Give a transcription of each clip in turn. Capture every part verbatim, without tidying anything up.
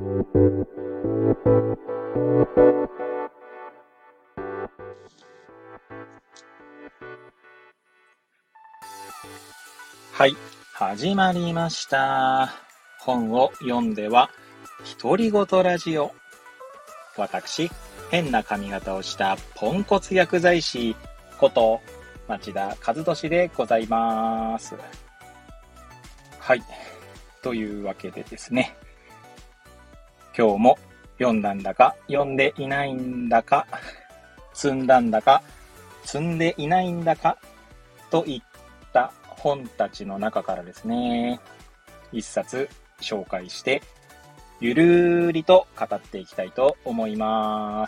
はい、始まりました。本を読んでは独り言ラジオ。私、変な髪型をしたポンコツ薬剤師こと町田和俊でございます。はい、というわけでですね、今日も読んだんだか読んでいないんだか、積んだんだか積んでいないんだかといった本たちの中からですね、一冊紹介してゆるーりと語っていきたいと思います。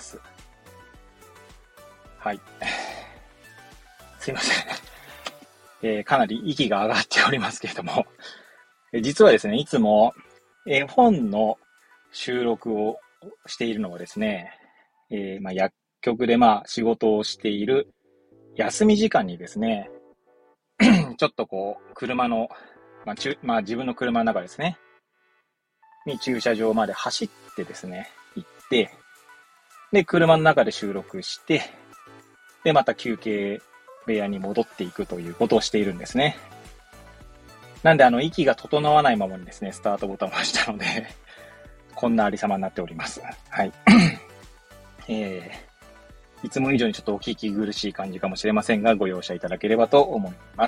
はい。すいません、えー。かなり息が上がっておりますけれども、実はですね、いつも絵本の収録をしているのはですね、えーまあ、薬局でまあ仕事をしている休み時間にですね、ちょっとこう車の、まあちゅまあ、自分の車の中ですねに駐車場まで走ってですね行って、で車の中で収録して、でまた休憩部屋に戻っていくということをしているんですね。なんであの息が整わないままにですねスタートボタンを押したのでこんなありさまになっております。はい。えー、いつも以上にちょっとお聞き苦しい感じかもしれませんが、ご容赦いただければと思います。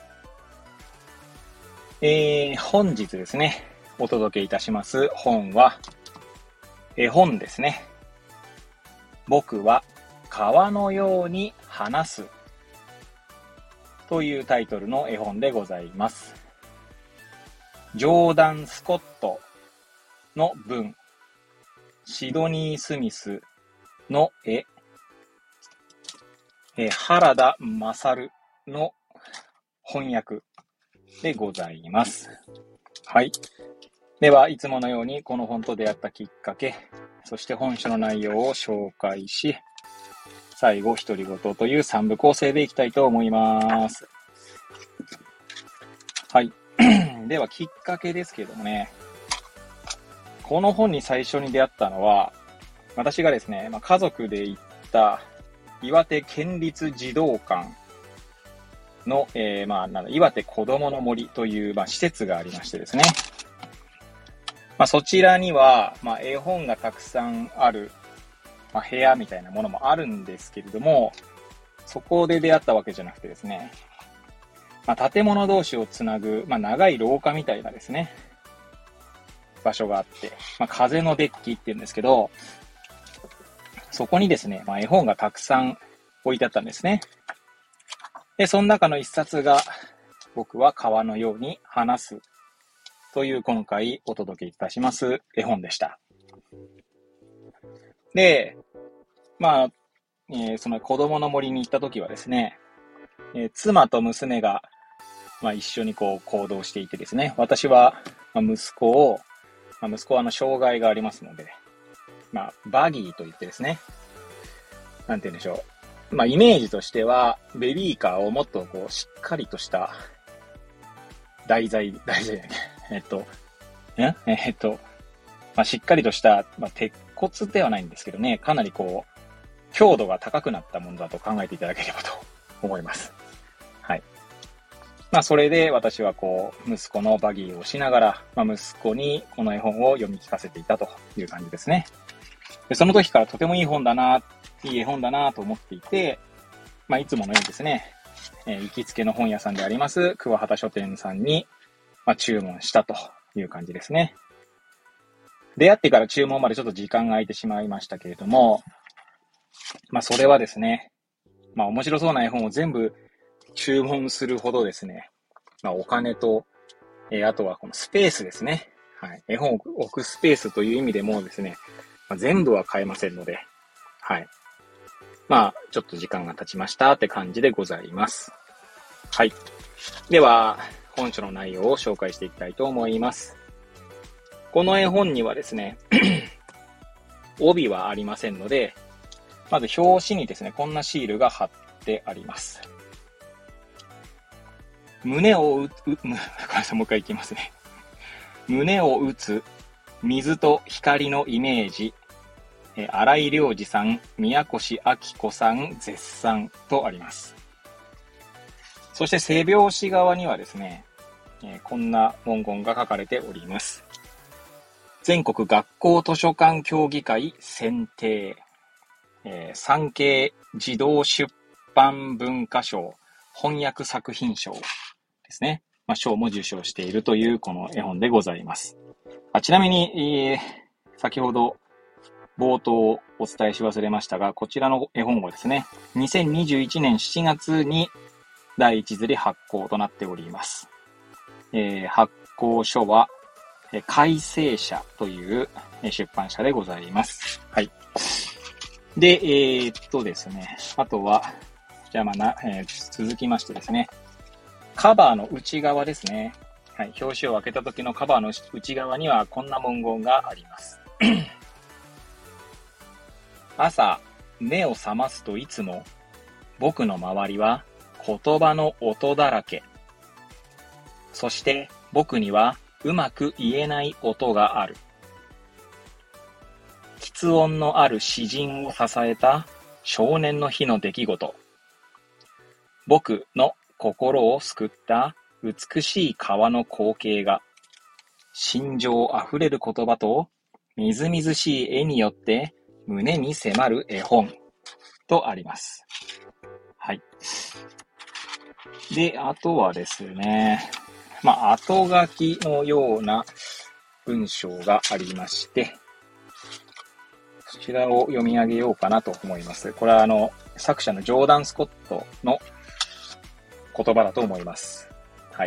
えー、本日ですね、お届けいたします本は、絵本ですね。僕は川のように話すというタイトルの絵本でございます。ジョーダン・スコットの文、シドニー・スミスの絵、えー、原田勝の翻訳でございます。はい。では、いつものようにこの本と出会ったきっかけ、そして本書の内容を紹介し、最後、独り言という三部構成でいきたいと思います。はい。では、きっかけですけどもね、この本に最初に出会ったのは、私がですね、まあ、家族で行った岩手県立児童館の、えー、まあ、なんだ、岩手こどもの森という、まあ、施設がありましてですね。まあ、そちらには、まあ、絵本がたくさんある、まあ、部屋みたいなものもあるんですけれども、そこで出会ったわけじゃなくてですね、まあ、建物同士をつなぐ、まあ、長い廊下みたいなですね、場所があって、まあ、風のデッキって言うんですけど、そこにですね、まあ、絵本がたくさん置いてあったんですね。で、その中の一冊が、僕は川のように話すという今回お届けいたします絵本でした。で、まあ、えー、その子供の森に行った時はですね、えー、妻と娘が、まあ、一緒にこう行動していてですね、私は、まあ、息子を、まあ、息子はあの障害がありますので、まあ、バギーといってですね、なんて言うんでしょう。まあ、イメージとしては、ベビーカーをもっとこう、しっかりとした台材、台材じゃない、えっと、ええっと、まあ、しっかりとした、まあ、鉄骨ではないんですけどね、かなりこう、強度が高くなったものだと考えていただければと思います。はい。まあ、それで私はこう、息子のバギーをしながら、まあ、息子にこの絵本を読み聞かせていたという感じですね。で、その時からとてもいい本だな、いい絵本だなと思っていて、まあ、いつものようにですね、えー、行きつけの本屋さんであります、桑畑書店さんに、まあ、注文したという感じですね。出会ってから注文までちょっと時間が空いてしまいましたけれども、まあ、それはですね、まあ、面白そうな絵本を全部注文するほどですね、まあ、お金と、えー、あとはこのスペースですね。はい。絵本を置くスペースという意味でもですね、まあ、全部は買えませんので、はい。まあ、ちょっと時間が経ちましたって感じでございます。はい。では、本書の内容を紹介していきたいと思います。この絵本にはですね、帯はありませんので、まず表紙にですね、こんなシールが貼ってあります。胸をう、う、ごめんなさい、もう一回いきますね。胸を打つ水と光のイメージ、えー、新井良二さん、宮越明子さん絶賛とあります。そして背表紙側にはですね、えー、こんな文言が書かれております。全国学校図書館協議会選定、えー、産経児童出版文化賞翻訳作品賞ですね。まあ、賞も受賞しているというこの絵本でございます。あちなみに、えー、先ほど冒頭お伝えし忘れましたが、こちらの絵本はですね、にせんにじゅういちねんしちがつにだいいち刷り発行となっております。えー、発行書は改正社という出版社でございます。はい。で、えー、っとですね、あとは、じゃあまあな、えー、続きましてですね、カバーの内側ですね。はい、表紙を開けた時のカバーの内側にはこんな文言があります。朝、目を覚ますといつも、僕の周りは言葉の音だらけ。そして僕にはうまく言えない音がある。喫音のある詩人を支えた少年の日の出来事。僕の心を救った美しい川の光景が、心情あふれる言葉とみずみずしい絵によって胸に迫る絵本とあります。はい。で、あとはですね、まあ、後書きのような文章がありまして、こちらを読み上げようかなと思います。これはあの、作者のジョーダン・スコットの言葉だと思います。はい。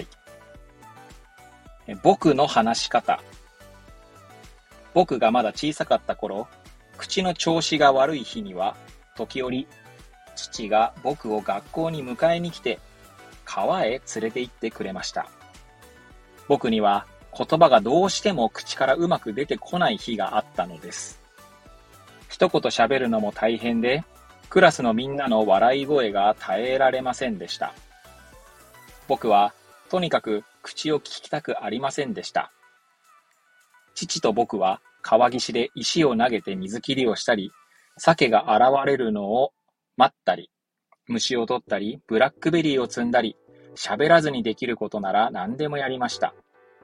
僕の話し方。僕がまだ小さかった頃、口の調子が悪い日には、時折、父が僕を学校に迎えに来て、川へ連れて行ってくれました。僕には言葉がどうしても口からうまく出てこない日があったのです。一言喋るのも大変で、クラスのみんなの笑い声が耐えられませんでした。僕はとにかく口を聞きたくありませんでした。父と僕は川岸で石を投げて水切りをしたり、鮭が現れるのを待ったり、虫を取ったり、ブラックベリーを摘んだり、喋らずにできることなら何でもやりました。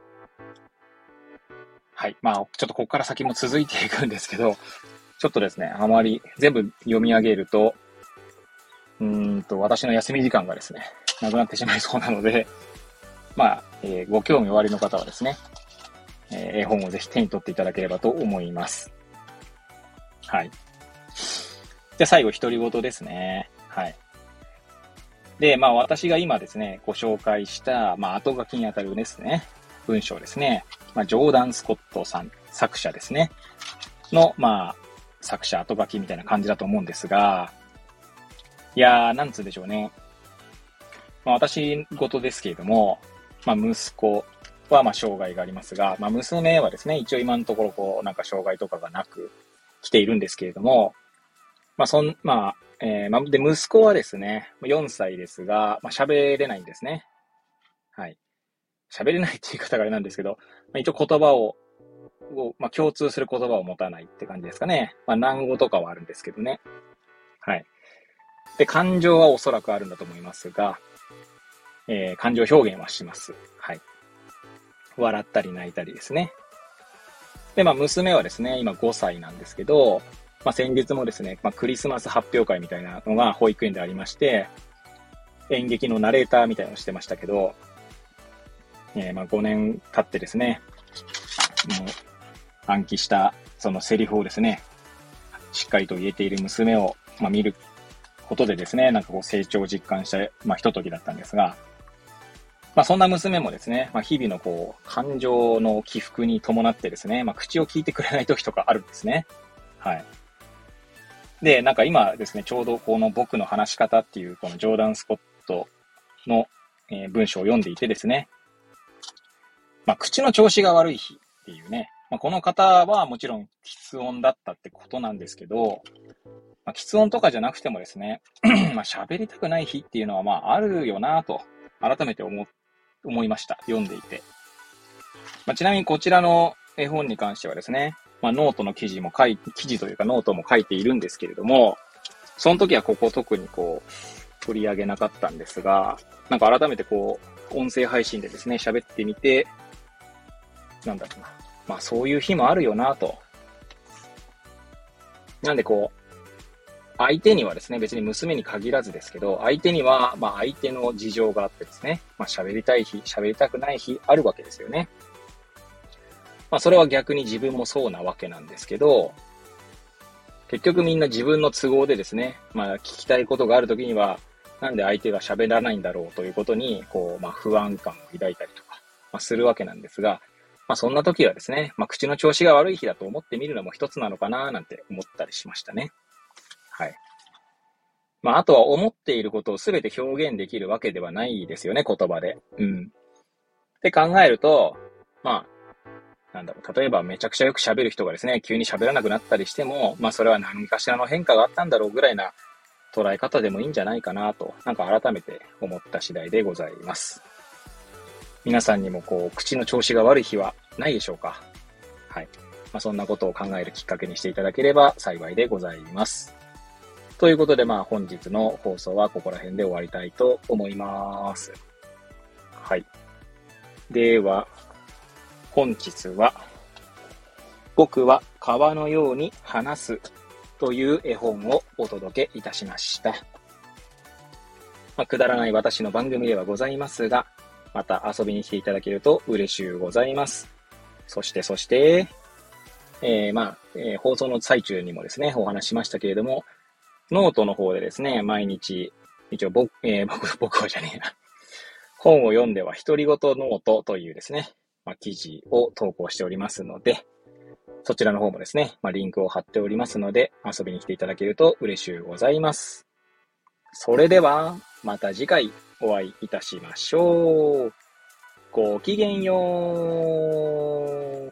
はい。まあ、ちょっとここから先も続いていくんですけど、ちょっとですね、あまり全部読み上げると、うーんと、私の休み時間がですね、なくなってしまいそうなので、まあ、えー、ご興味おありの方はですね、えー、絵本をぜひ手に取っていただければと思います。はい。で、最後、独り言ですね。はい。で、まあ私が今ですね、ご紹介した、まあ後書きにあたるですね、文章ですね。まあジョーダン・スコットさん、作者ですね。の、まあ、作者後書きみたいな感じだと思うんですが、いやー、なんつうんでしょうね。まあ私事ですけれども、まあ息子はまあ障害がありますが、まあ娘はですね、一応今のところこう、なんか障害とかがなく来ているんですけれども、まあそん、まあ、えー、まあ、で、息子はですね、よんさいですが、まあ喋れないんですね。はい。喋れないって言い方があれなんですけど、まあ、一応言葉を、をまあ共通する言葉を持たないって感じですかね。まあ難語とかはあるんですけどね。はい。で、感情はおそらくあるんだと思いますが、えー、感情表現はします。はい。笑ったり泣いたりですね。で、まあ娘はですね、今ごさいなんですけど、まあ先日もですね、まあクリスマス発表会みたいなのが保育園でありまして、演劇のナレーターみたいなのをしてましたけど、えー、まあごねん経ってですね、もう暗記したそのセリフをですね、しっかりと言えている娘を、まあ、見ることでですね、なんかこう成長を実感した、まあ、ひとときだったんですが、まあ、そんな娘もですね、まあ、日々のこう感情の起伏に伴ってですね、まあ、口を聞いてくれない時とかあるんですね。はい。で、なんか今ですね、ちょうどこの僕の話し方っていうこのジョーダン・スコットの、えー、文章を読んでいてですね、まあ、口の調子が悪い日っていうね、まあ、この方はもちろん喫音だったってことなんですけど、まあ、喫音とかじゃなくてもですね、まあ喋りたくない日っていうのはまああるよなと改めて思思いました。読んでいて。まあ、ちなみにこちらの絵本に関してはですね、まあ、ノートの記事も書い、記事というかノートも書いているんですけれども、その時はここ特にこう、取り上げなかったんですが、なんか改めてこう、音声配信でですね、喋ってみて、なんだろうな。まあそういう日もあるよなと。なんでこう、相手にはですね、別に娘に限らずですけど、相手には、まあ相手の事情があってですね、まあ喋りたい日、喋りたくない日あるわけですよね。まあそれは逆に自分もそうなわけなんですけど、結局みんな自分の都合でですね、まあ聞きたいことがあるときには、なんで相手が喋らないんだろうということに、こう、まあ不安感を抱いたりとか、まあするわけなんですが、まあそんな時はですね、まあ口の調子が悪い日だと思ってみるのも一つなのかななんて思ったりしましたね。はい。まああとは思っていることをすべて表現できるわけではないですよね、言葉で。うん。って考えると、まあ、なんだろう、例えばめちゃくちゃよく喋る人がですね、急に喋らなくなったりしても、まあそれは何かしらの変化があったんだろうぐらいな捉え方でもいいんじゃないかなと、なんか改めて思った次第でございます。皆さんにもこう、口の調子が悪い日はないでしょうか？はい。まあそんなことを考えるきっかけにしていただければ幸いでございます。ということでまあ本日の放送はここら辺で終わりたいと思います。はい。では、本日は、僕は川のように話すという絵本をお届けいたしました。まあ、くだらない私の番組ではございますが、また遊びに来ていただけると嬉しゅうございます。そしてそして、えー、まあ、えー、放送の最中にもですね、お話ししましたけれども、ノートの方でですね、毎日、一応僕、えー、僕、僕はじゃねえな。本を読んでは独り言ノートというですね、まあ、記事を投稿しておりますので、そちらの方もですね、まあ、リンクを貼っておりますので、遊びに来ていただけると嬉しゅうございます。それでは、また次回お会いいたしましょう。ごきげんよう。